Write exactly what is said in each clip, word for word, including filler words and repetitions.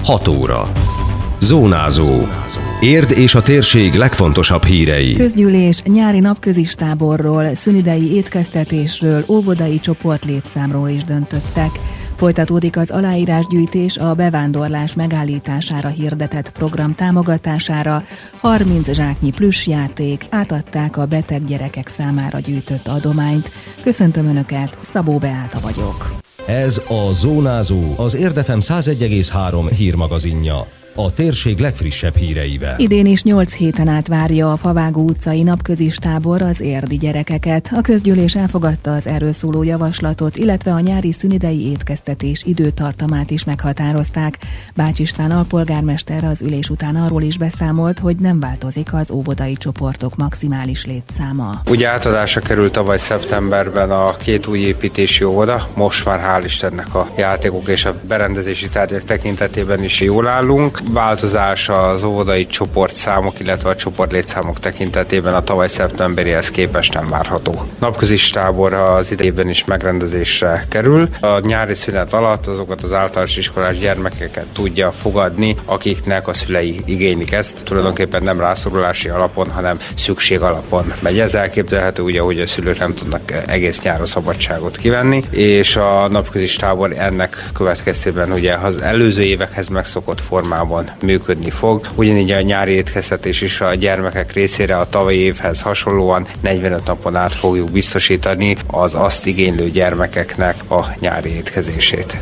hat óra. Zónázó. Érd és a térség legfontosabb hírei. Közgyűlés nyári napközistáborról, szünidei étkeztetésről, óvodai csoportlétszámról is döntöttek. Folytatódik az aláírásgyűjtés a bevándorlás megállítására hirdetett program támogatására. harminc zsáknyi plüssjáték, átadták a beteg gyerekek számára gyűjtött adományt. Köszöntöm Önöket, Szabó Beáta vagyok. Ez a Zónázó, az Érd ef em száz egy egész három hírmagazinja. A térség legfrissebb híreivel. Idén is nyolc héten át várja a Favágó utcai napközistábor az érdi gyerekeket. A közgyűlés elfogadta az erről szóló javaslatot, illetve a nyári szünidei étkeztetés időtartamát is meghatározták. Bács István alpolgármester az ülés után arról is beszámolt, hogy nem változik az óvodai csoportok maximális létszáma. Ugye átadásra került tavaly szeptemberben a két új építési óvoda, most már hál' Istennek a játékok és a berendezési tárgyak tekintetében is jól állunk. Változás az óvodai csoportszámok, illetve a csoportlétszámok tekintetében a tavaly szeptemberihez képest nem várható. Napközistábor az idejében is megrendezésre kerül. A nyári szünet alatt azokat az általános iskolás gyermekeket tudja fogadni, akiknek a szülei igénylik ezt. Tulajdonképpen nem rászorulási alapon, hanem szükség alapon megy. Ez elképzelhető, ugye, hogy a szülők nem tudnak egész nyáron szabadságot kivenni, és a napközistábor ennek következtében ugye az előző évekhez megszokott formában működni fog. Ugyanígy a nyári étkeztetés is a gyermekek részére a tavalyi évhez hasonlóan negyvenöt napon át fogjuk biztosítani az azt igénylő gyermekeknek a nyári étkezését.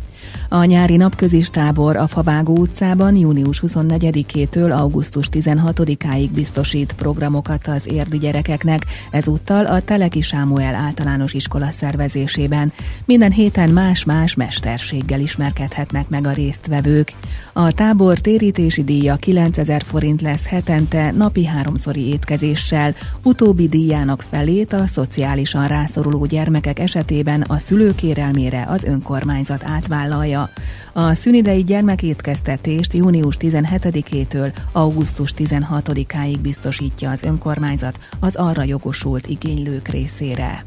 A nyári napközistábor a Favágó utcában június huszonnegyedikétől augusztus tizenhatodikáig biztosít programokat az érdi gyerekeknek, ezúttal a Teleki Sámuel általános iskola szervezésében. Minden héten más-más mesterséggel ismerkedhetnek meg a résztvevők. A tábor térítési díja kilencezer forint lesz hetente napi háromszori étkezéssel, utóbbi díjának felét a szociálisan rászoruló gyermekek esetében a szülő kérelmére az önkormányzat átvállalja. A szünidei gyermekétkeztetést június tizenhetedikétől augusztus tizenhatodikáig biztosítja az önkormányzat az arra jogosult igénylők részére.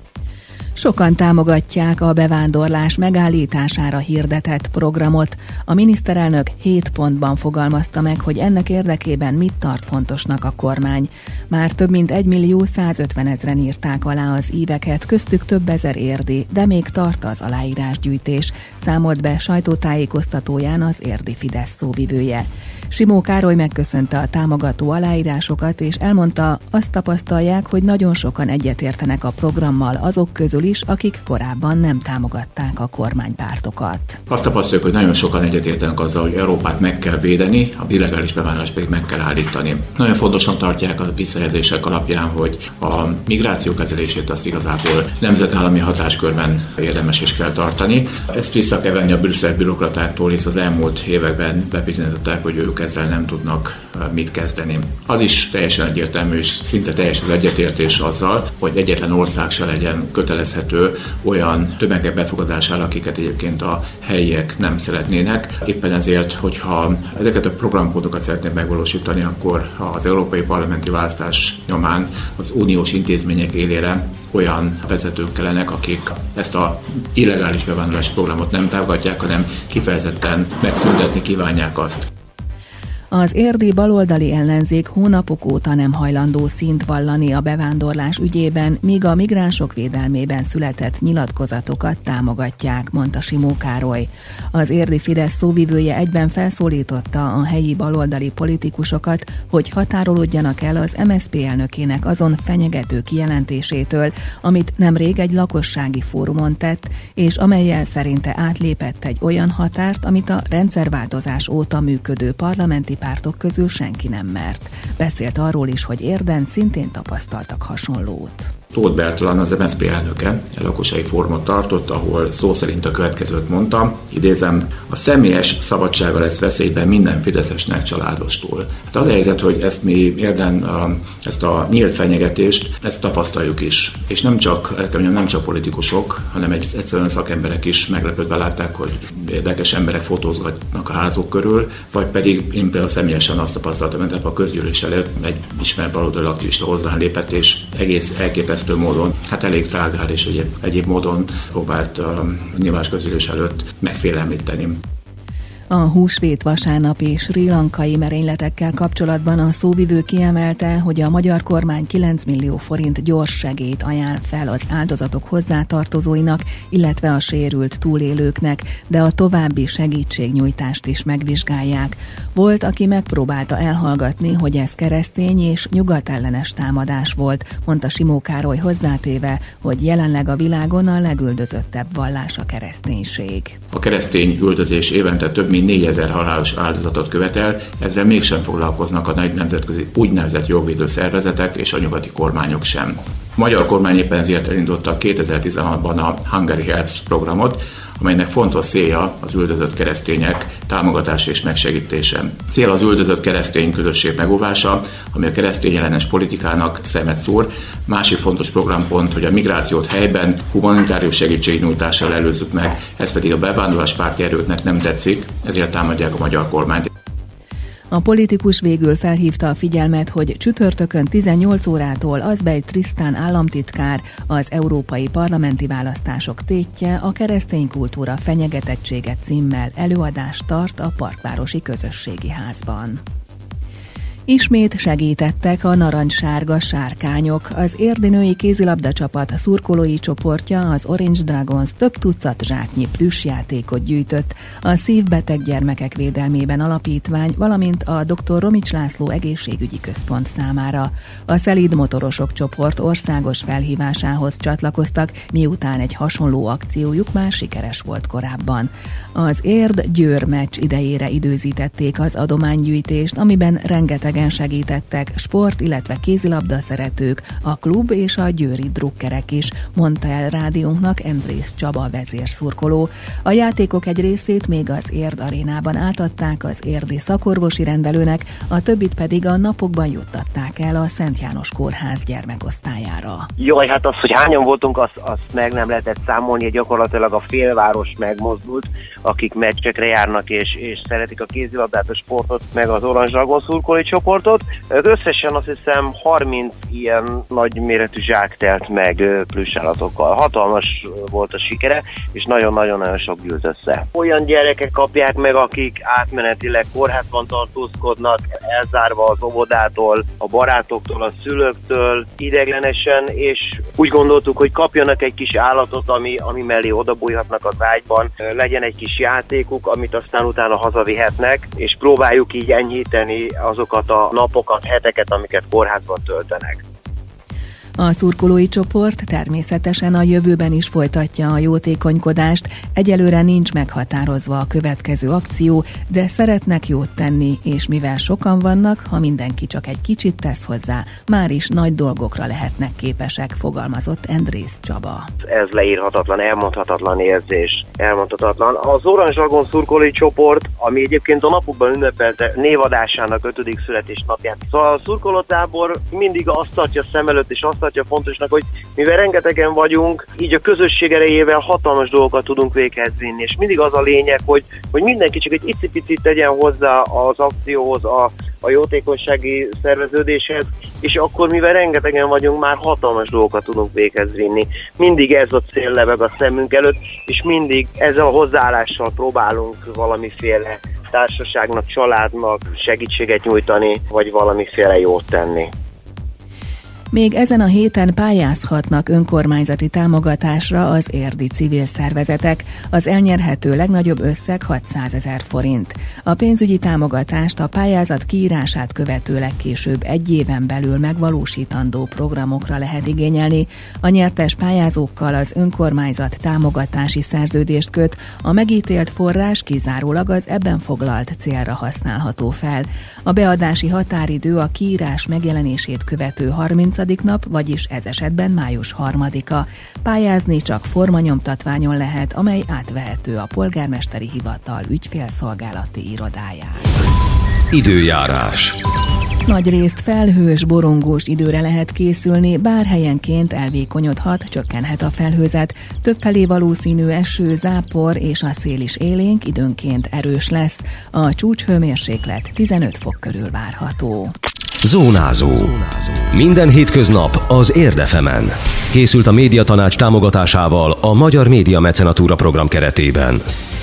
Sokan támogatják a bevándorlás megállítására hirdetett programot. A miniszterelnök hét pontban fogalmazta meg, hogy ennek érdekében mit tart fontosnak a kormány. Már több mint egymillió százötvenezren írták alá az íveket, köztük több ezer érdi, de még tart az aláírásgyűjtés, számolt be sajtótájékoztatóján az érdi Fidesz szóvivője. Simó Károly megköszönte a támogató aláírásokat, és elmondta, azt tapasztalják, hogy nagyon sokan egyetértenek a programmal azok közül is, akik korábban nem támogatták a kormánypártokat. Azt tapasztaljuk, hogy nagyon sokan egyetértenek azzal, hogy Európát meg kell védeni, a illegális bevándorlást pedig meg kell állítani. Nagyon fontosan tartják a visszajelzések alapján, hogy a migráció kezelését azt igazából nemzetállami hatáskörben érdemes is kell tartani. Ezt vissza kell venni a brüsszeli bürokratáktól, hisz az elmúlt években bebizonyították, hogy ők ezzel nem tudnak mit kezdeni. Az is teljesen egyértelmű, és szinte teljes az egyetértés azzal, hogy egyetlen ország se legyen kötelezhető olyan tömegek befogadására, akiket egyébként a helyiek nem szeretnének. Éppen ezért, hogyha ezeket a programpontokat szeretnék megvalósítani, akkor az európai parlamenti választás nyomán az uniós intézmények élére olyan vezetők kellenek, akik ezt a illegális bevándorlási programot nem támogatják, hanem kifejezetten megszüntetni kívánják azt. Az érdi baloldali ellenzék hónapok óta nem hajlandó színt vallani a bevándorlás ügyében, míg a migránsok védelmében született nyilatkozatokat támogatják, mondta Simó Károly. Az érdi Fidesz szóvivője egyben felszólította a helyi baloldali politikusokat, hogy határolódjanak el az em es zé pé elnökének azon fenyegető kijelentésétől, amit nemrég egy lakossági fórumon tett, és amellyel szerinte átlépett egy olyan határt, amit a rendszerváltozás óta működő parlamenti pártok közül senki nem mert. Beszélt arról is, hogy Érden szintén tapasztaltak hasonlót. Tóth Bertalan, az em es zé pé elnöke egy lakossági fórumot tartott, ahol szó szerint a következőt mondta, idézem, a személyes szabadsága lesz veszélyben minden fideszesnek családostól. Hát az a helyzet, hogy ezt mi Érden, ezt a nyílt fenyegetést, ezt tapasztaljuk is. És nem csak, nem csak politikusok, hanem egy, egyszerűen szakemberek is meglepődve látták, hogy érdekes emberek fotózgatnak a házok körül, vagy pedig én például személyesen azt tapasztaltam, hogy a közgyűlés előtt egy ismert baloldali aktivista hozzám lépett, és egész elképesztő módon, hát elég trágár és egyéb, egyéb módon próbált a nyilvános közgyűlés előtt megfélemlíteni. A húsvét vasárnapi srí lankai merényletekkel kapcsolatban a szóvivő kiemelte, hogy a magyar kormány kilenc millió forint gyors segélyt ajánl fel az áldozatok hozzátartozóinak, illetve a sérült túlélőknek, de a további segítségnyújtást is megvizsgálják. Volt, aki megpróbálta elhallgatni, hogy ez keresztény és nyugatellenes támadás volt, mondta Simó Károly hozzátéve, hogy jelenleg a világon a legüldözöttebb vallás a kereszténység. A keresztény üldözés évente több mint négyezer halálos áldozatot követel, ezzel mégsem foglalkoznak a nagy nemzetközi úgynevezett jogvédő szervezetek és a nyugati kormányok sem. A magyar kormány éppen ezért elindította kétezer-tizenhatban a Hungary Helps programot, amelynek fontos célja az üldözött keresztények támogatása és megsegítése. Cél az üldözött keresztény közösség megóvása, ami a keresztény ellenes politikának szemet szúr. Másik fontos programpont, hogy a migrációt helyben humanitárius segítségnyújtással előzzük meg, ez pedig a bevándorláspárti erőknek nem tetszik, ezért támadják a magyar kormányt. A politikus végül felhívta a figyelmet, hogy csütörtökön tizennyolc órától Azbej Trisztán államtitkár az európai parlamenti választások tétje a keresztény kultúra fenyegetettsége címmel előadást tart a Parkvárosi Közösségi Házban. Ismét segítettek a narancssárga sárkányok. Az érdi női kézilabda csapat szurkolói csoportja, az Orange Dragons több tucat zsáknyi plüssjátékot gyűjtött a Szívbeteg Gyermekek Védelmében Alapítvány, valamint a doktor Romics László Egészségügyi Központ számára. A Szelíd motorosok csoport országos felhívásához csatlakoztak, miután egy hasonló akciójuk már sikeres volt korábban. Az Érd-Győr meccs idejére időzítették az adománygyűjtést, amiben rengeteg segítettek sport, illetve kézilabda szeretők, a klub és a győri drukkerek is, mondta el rádiónknak Endrész Csaba vezérszurkoló. A játékok egy részét még az Érd arénában átadták az érdi szakorvosi rendelőnek, a többit pedig a napokban juttatták el a Szent János Kórház gyermekosztályára. Jaj, hát az, hogy hányan voltunk, azt, azt meg nem lehetett számolni, gyakorlatilag a félváros megmozdult, akik meccsekre járnak és, és szeretik a kézilabdát, a sportot, meg az Orange Dragon szurkolói csoportot. Összesen azt hiszem harminc ilyen nagy méretű zsák telt meg plüssállatokkal. Hatalmas volt a sikere, és nagyon-nagyon-nagyon sok gyűlt össze. Olyan gyerekek kapják meg, akik átmenetileg kórházban tartózkodnak, elzárva az óvodától, a barátoktól, a szülőktől, ideiglenesen, és úgy gondoltuk, hogy kapjanak egy kis állatot, ami, ami mellé odabújhatnak az ágyban, legyen egy kis játékuk, amit aztán utána hazavihetnek, és próbáljuk így enyhíteni azokat a napokat, heteket, amiket kórházban töltenek. A szurkolói csoport természetesen a jövőben is folytatja a jótékonykodást, egyelőre nincs meghatározva a következő akció, de szeretnek jót tenni, és mivel sokan vannak, ha mindenki csak egy kicsit tesz hozzá, már is nagy dolgokra lehetnek képesek, fogalmazott Endrész Csaba. Ez leírhatatlan, elmondhatatlan érzés, elmondhatatlan. Az Orange Dragon szurkolói csoport, ami egyébként a napokban ünnepelte névadásának ötödik születésnapját. Szóval a szurkolótábor mindig azt tartja szem előtt, és azt tartja fontosnak, hogy mivel rengetegen vagyunk, így a közösség erejével hatalmas dolgokat tudunk véghez vinni, és mindig az a lényeg, hogy, hogy mindenki csak egy icipicit tegyen hozzá az akcióhoz, a, a jótékonysági szerveződéshez, és akkor mivel rengetegen vagyunk, már hatalmas dolgokat tudunk véghez vinni. Mindig ez a cél lebeg a szemünk előtt, és mindig ezzel a hozzáállással próbálunk valamiféle társaságnak, családnak segítséget nyújtani, vagy valamiféle jót tenni. Még ezen a héten pályázhatnak önkormányzati támogatásra az érdi civil szervezetek. Az elnyerhető legnagyobb összeg hatszázezer forint. A pénzügyi támogatást a pályázat kiírását követő legkésőbb egy éven belül megvalósítandó programokra lehet igényelni. A nyertes pályázókkal az önkormányzat támogatási szerződést köt, a megítélt forrás kizárólag az ebben foglalt célra használható fel. A beadási határidő a kiírás megjelenését követő harmincadika nap, vagyis ez esetben május harmadika. Pályázni csak formanyomtatványon lehet, amely átvehető a polgármesteri hivatal ügyfélszolgálati irodáján. Időjárás. Nagyrészt felhős, borongós időre lehet készülni, bár helyenként elvékonyodhat, csökkenhet a felhőzet. Többfelé valószínű eső, zápor és a szél is élénk, időnként erős lesz. A csúcshőmérséklet tizenöt fok körül várható. Zónázó. Minden hétköznap az Érd ef emen. Készült a Médiatanács támogatásával a Magyar Média Mecenatúra program keretében.